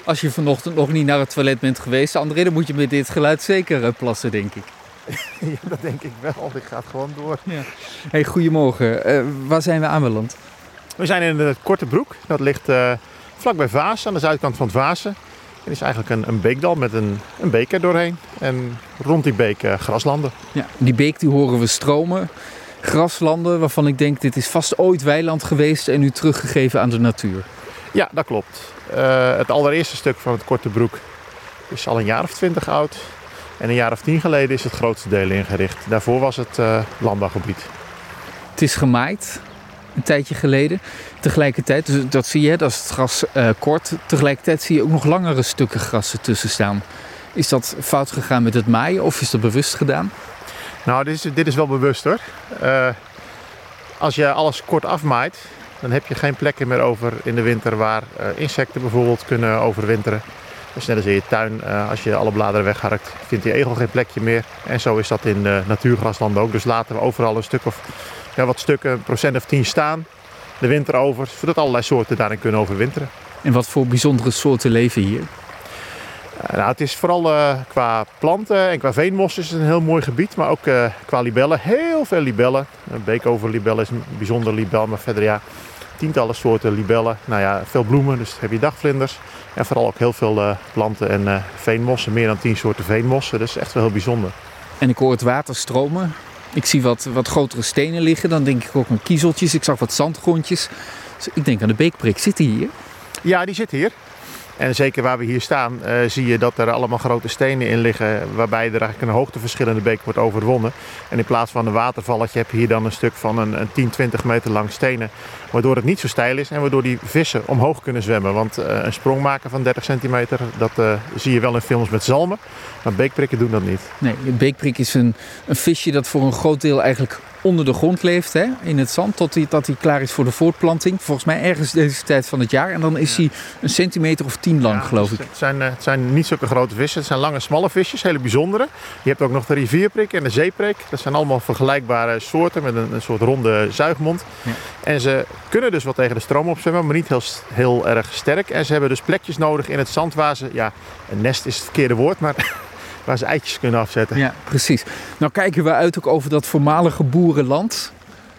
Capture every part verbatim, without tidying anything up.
Als je vanochtend nog niet naar het toilet bent geweest, André, dan moet je met dit geluid zeker uh, plassen, denk ik. Ja, dat denk ik wel. Ik ga het gewoon door. Ja. Hey, goedemorgen. Uh, waar zijn we aanbeland? We zijn in het Korte Broek. Dat ligt uh, vlakbij Vaassen, aan de zuidkant van het Vaassen. Het is eigenlijk een, een beekdal met een, een beek er doorheen. En rond die beek uh, graslanden. Ja, die beek die horen we stromen. Graslanden waarvan ik denk, dit is vast ooit weiland geweest en nu teruggegeven aan de natuur. Ja, dat klopt. Uh, het allereerste stuk van het Korte Broek is al een jaar of twintig oud. En een jaar of tien geleden is het grootste deel ingericht. Daarvoor was het uh, landbouwgebied. Het is gemaaid, een tijdje geleden. Tegelijkertijd, dus dat zie je, dat is het gras uh, kort. Tegelijkertijd zie je ook nog langere stukken gras ertussen staan. Is dat fout gegaan met het maaien of is dat bewust gedaan? Nou, dit is, dit is wel bewust hoor. Uh, als je alles kort afmaait, dan heb je geen plekken meer over in de winter waar uh, insecten bijvoorbeeld kunnen overwinteren. Dus net als in je tuin, uh, als je alle bladeren wegharkt, vindt die egel geen plekje meer. En zo is dat in de natuurgraslanden ook. Dus laten we overal een stuk of ja, wat stukken, een procent of tien staan, de winter over, zodat allerlei soorten daarin kunnen overwinteren. En wat voor bijzondere soorten leven hier? Uh, nou, het is vooral uh, qua planten en qua veenmossen is het een heel mooi gebied, maar ook uh, qua libellen. Heel veel libellen. Een beekoverlibel is een bijzonder libel, maar verder ja, tientallen soorten libellen. Nou ja, veel bloemen, dus heb je dagvlinders. En vooral ook heel veel uh, planten en uh, veenmossen, meer dan tien soorten veenmossen. Dat is echt wel heel bijzonder. En ik hoor het water stromen. Ik zie wat, wat grotere stenen liggen. Dan denk ik ook aan kiezeltjes. Ik zag wat zandgrondjes. Dus ik denk aan de beekprik. Zit die hier? Ja, die zit hier. En zeker waar we hier staan uh, zie je dat er allemaal grote stenen in liggen. Waarbij er eigenlijk een hoogteverschil in de beek wordt overwonnen. En in plaats van een watervalletje heb je hier dan een stuk van een, een tien, twintig meter lang stenen. Waardoor het niet zo steil is en waardoor die vissen omhoog kunnen zwemmen. Want uh, een sprong maken van dertig centimeter, dat uh, zie je wel in films met zalmen. Maar beekprikken doen dat niet. Nee, een beekprik is een, een visje dat voor een groot deel eigenlijk onder de grond leeft, hè, in het zand, tot hij, dat hij klaar is voor de voortplanting. Volgens mij ergens deze tijd van het jaar. En dan is hij een centimeter of tien lang, ja, geloof ik. Het zijn, het zijn niet zulke grote vissen. Het zijn lange, smalle visjes, hele bijzondere. Je hebt ook nog de rivierprik en de zeeprik. Dat zijn allemaal vergelijkbare soorten met een, een soort ronde zuigmond. Ja. En ze kunnen dus wel tegen de stroom opzwemmen, maar niet heel, heel erg sterk. En ze hebben dus plekjes nodig in het zand waar ze, ja, een nest is het verkeerde woord, maar waar ze eitjes kunnen afzetten. Ja, precies. Nou kijken we uit ook over dat voormalige boerenland.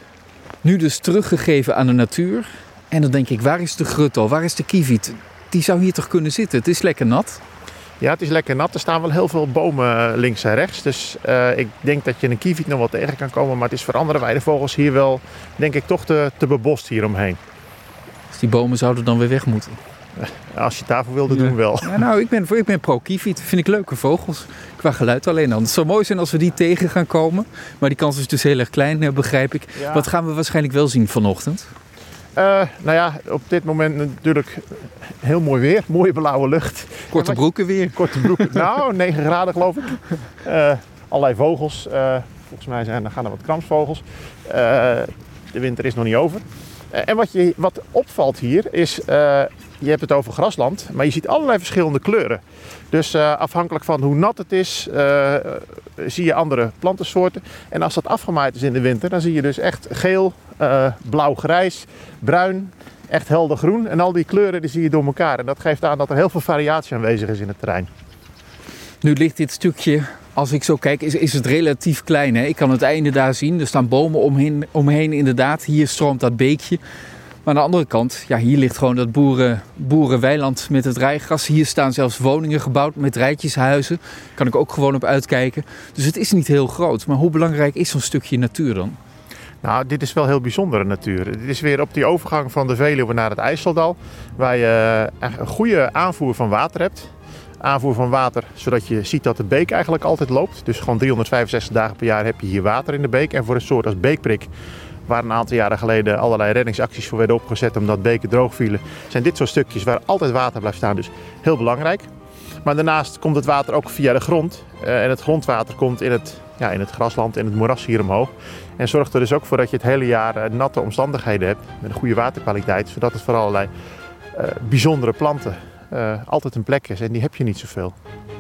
Nu dus teruggegeven aan de natuur. En dan denk ik, waar is de grutto? Waar is de kieviet? Die zou hier toch kunnen zitten? Het is lekker nat. Ja, het is lekker nat. Er staan wel heel veel bomen links en rechts. Dus uh, ik denk dat je een kieviet nog wel tegen kan komen. Maar het is voor andere weidevogels hier wel, denk ik, toch te, te bebost hieromheen. Dus die bomen zouden dan weer weg moeten? Als je het daarvoor wilde doen, ja. wel. Ja, nou, ik ben, ik ben pro-kieviet. Vind ik leuke vogels. Qua geluid alleen dan. Het zou mooi zijn als we die tegen gaan komen. Maar die kans is dus heel erg klein, begrijp ik. Ja. Wat gaan we waarschijnlijk wel zien vanochtend? Uh, nou ja, op dit moment natuurlijk heel mooi weer. Mooie blauwe lucht. Korte broeken weer. Korte broeken. Nou, negen graden geloof ik. Uh, allerlei vogels. Uh, volgens mij zijn, dan gaan er wat kramsvogels. Uh, de winter is nog niet over. Uh, en wat, je, wat opvalt hier is, uh, je hebt het over grasland, maar je ziet allerlei verschillende kleuren. Dus uh, afhankelijk van hoe nat het is, uh, zie je andere plantensoorten. En als dat afgemaaid is in de winter, dan zie je dus echt geel, uh, blauw-grijs, bruin, echt helder groen. En al die kleuren die zie je door elkaar. En dat geeft aan dat er heel veel variatie aanwezig is in het terrein. Nu ligt dit stukje, als ik zo kijk, is, is het relatief klein. Hè? Ik kan het einde daar zien. Er staan bomen omheen, omheen inderdaad. Hier stroomt dat beekje. Maar aan de andere kant, ja, hier ligt gewoon dat boeren, boerenweiland met het rijgras. Hier staan zelfs woningen gebouwd met rijtjeshuizen. Daar kan ik ook gewoon op uitkijken. Dus het is niet heel groot. Maar hoe belangrijk is zo'n stukje natuur dan? Nou, dit is wel heel bijzondere natuur. Dit is weer op die overgang van de Veluwe naar het IJsseldal. Waar je een goede aanvoer van water hebt. Aanvoer van water, zodat je ziet dat de beek eigenlijk altijd loopt. Dus gewoon driehonderdvijfenzestig dagen per jaar heb je hier water in de beek. En voor een soort als beekprik, waar een aantal jaren geleden allerlei reddingsacties voor werden opgezet omdat beken droog vielen, zijn dit soort stukjes waar altijd water blijft staan. Dus heel belangrijk. Maar daarnaast komt het water ook via de grond. Uh, en het grondwater komt in het, ja, in het grasland, in het moeras hier omhoog. En zorgt er dus ook voor dat je het hele jaar uh, natte omstandigheden hebt. Met een goede waterkwaliteit. Zodat het voor allerlei uh, bijzondere planten uh, altijd een plek is. En die heb je niet zoveel.